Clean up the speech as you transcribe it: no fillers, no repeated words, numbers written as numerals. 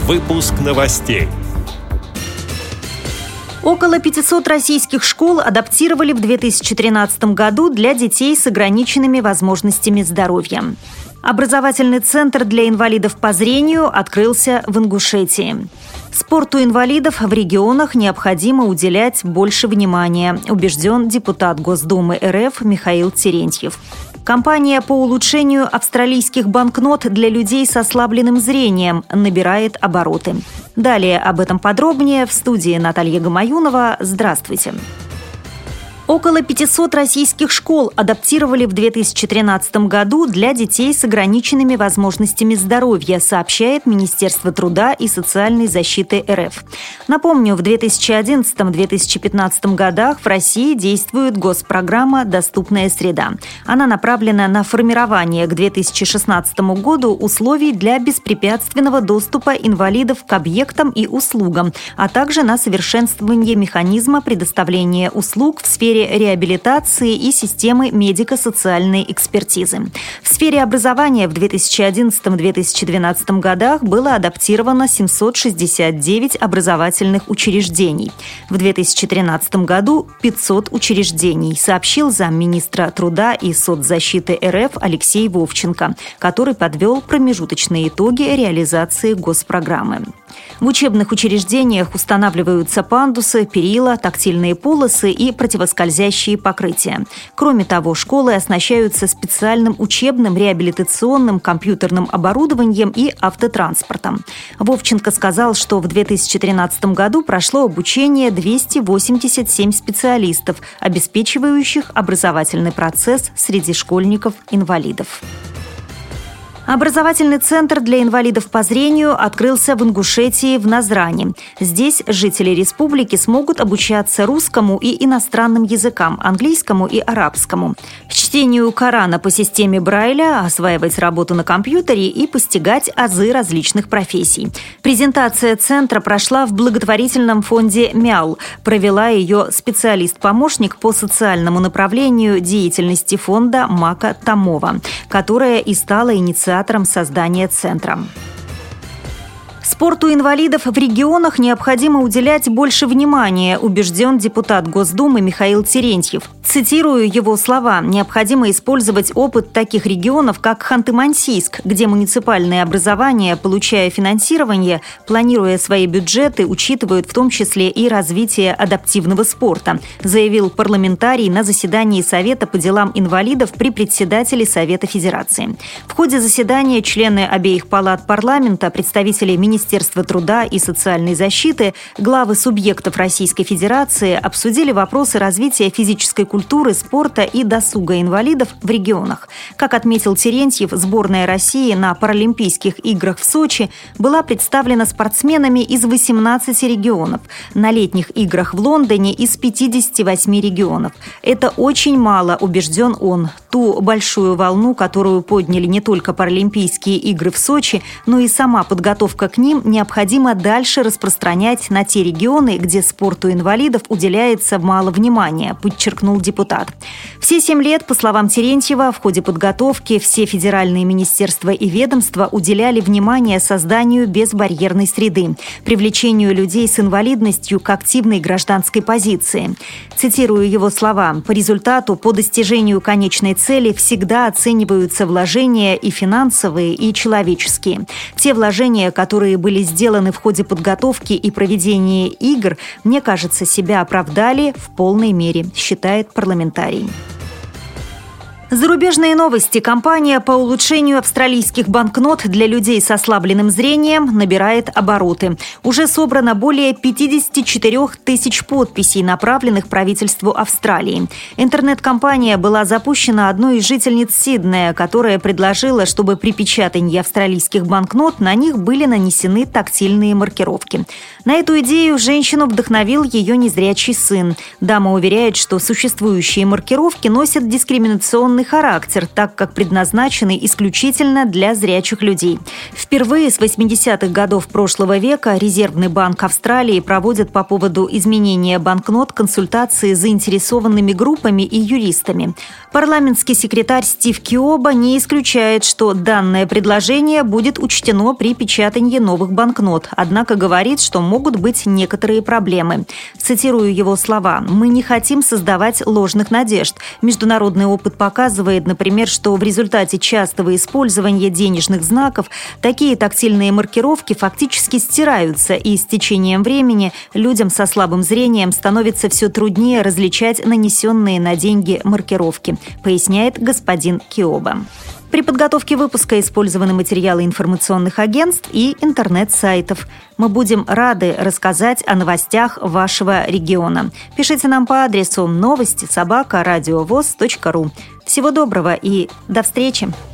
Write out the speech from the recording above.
Выпуск новостей. Около 500 российских школ адаптировали в 2013 году для детей с ограниченными возможностями здоровья. Образовательный центр для инвалидов по зрению открылся в Ингушетии. Спорту инвалидов в регионах необходимо уделять больше внимания, убежден депутат Госдумы РФ Михаил Терентьев. Кампания по улучшению австралийских банкнот для людей с ослабленным зрением набирает обороты. Далее об этом подробнее в студии Наталья Гамаюнова. Здравствуйте. Около 500 российских школ адаптировали в 2013 году для детей с ограниченными возможностями здоровья, сообщает Министерство труда и социальной защиты РФ. Напомню, в 2011-2015 годах в России действует госпрограмма «Доступная среда». Она направлена на формирование к 2016 году условий для беспрепятственного доступа инвалидов к объектам и услугам, а также на совершенствование механизма предоставления услуг в сфере реабилитации и системы медико-социальной экспертизы. В сфере образования в 2011-2012 годах было адаптировано 769 образовательных учреждений. В 2013 году 500 учреждений, сообщил замминистра труда и соцзащиты РФ Алексей Вовченко, который подвел промежуточные итоги реализации госпрограммы. В учебных учреждениях устанавливаются пандусы, перила, тактильные полосы и противоскользящие покрытия. Кроме того, школы оснащаются специальным учебным, реабилитационным, компьютерным оборудованием и автотранспортом. Вовченко сказал, что в 2013 году прошло обучение 287 специалистов, обеспечивающих образовательный процесс среди школьников-инвалидов. Образовательный центр для инвалидов по зрению открылся в Ингушетии в Назрани. Здесь жители республики смогут обучаться русскому и иностранным языкам, английскому и арабскому, чтению Корана по системе Брайля, осваивать работу на компьютере и постигать азы различных профессий. Презентация центра прошла в благотворительном фонде «Мял». Провела ее специалист-помощник по социальному направлению деятельности фонда Мака Тамова, которая и стала инициатором создания центра. Спорту инвалидов в регионах необходимо уделять больше внимания, убежден депутат Госдумы Михаил Терентьев. Цитирую его слова: «Необходимо использовать опыт таких регионов, как Ханты-Мансийск, где муниципальные образования, получая финансирование, планируя свои бюджеты, учитывают в том числе и развитие адаптивного спорта», заявил парламентарий на заседании Совета по делам инвалидов при председателе Совета Федерации. В ходе заседания члены обеих палат парламента, представители Министерства труда и социальной защиты, главы субъектов Российской Федерации обсудили вопросы развития физической культуры, спорта и досуга инвалидов в регионах. Как отметил Терентьев, сборная России на Паралимпийских играх в Сочи была представлена спортсменами из 18 регионов, на летних играх в Лондоне из 58 регионов. Это очень мало, убежден он. Ту большую волну, которую подняли не только Паралимпийские игры в Сочи, но и сама подготовка к ним, необходимо дальше распространять на те регионы, где спорту инвалидов уделяется мало внимания, подчеркнул депутат. Все 7 лет, по словам Терентьева, в ходе подготовки все федеральные министерства и ведомства уделяли внимание созданию безбарьерной среды, привлечению людей с инвалидностью к активной гражданской позиции. Цитирую его слова: «По результату, по достижению конечной цели всегда оцениваются вложения и финансовые, и человеческие. Те вложения, которые были сделаны в ходе подготовки и проведения игр, мне кажется, себя оправдали в полной мере», считает парламентарий. Зарубежные новости. Кампания по улучшению австралийских банкнот для людей с ослабленным зрением набирает обороты. Уже собрано более 54 тысяч подписей, направленных правительству Австралии. Интернет-кампания была запущена одной из жительниц Сиднея, которая предложила, чтобы при печатании австралийских банкнот на них были нанесены тактильные маркировки. На эту идею женщину вдохновил ее незрячий сын. Дама уверяет, что существующие маркировки носят дискриминационный информационный характер, так как предназначены исключительно для зрячих людей. Впервые с 80-х годов прошлого века Резервный банк Австралии проводит по поводу изменения банкнот консультации с заинтересованными группами и юристами. Парламентский секретарь Стив Киоба не исключает, что данное предложение будет учтено при печатании новых банкнот, однако говорит, что могут быть некоторые проблемы. Цитирую его слова: «Мы не хотим создавать ложных надежд. Международный опыт показывает, например, что в результате частого использования денежных знаков такие тактильные маркировки фактически стираются, и с течением времени людям со слабым зрением становится все труднее различать нанесенные на деньги маркировки», поясняет господин Киоба. При подготовке выпуска использованы материалы информационных агентств и интернет-сайтов. Мы будем рады рассказать о новостях вашего региона. Пишите нам по адресу новости@радиовоз.ру. Всего доброго и до встречи!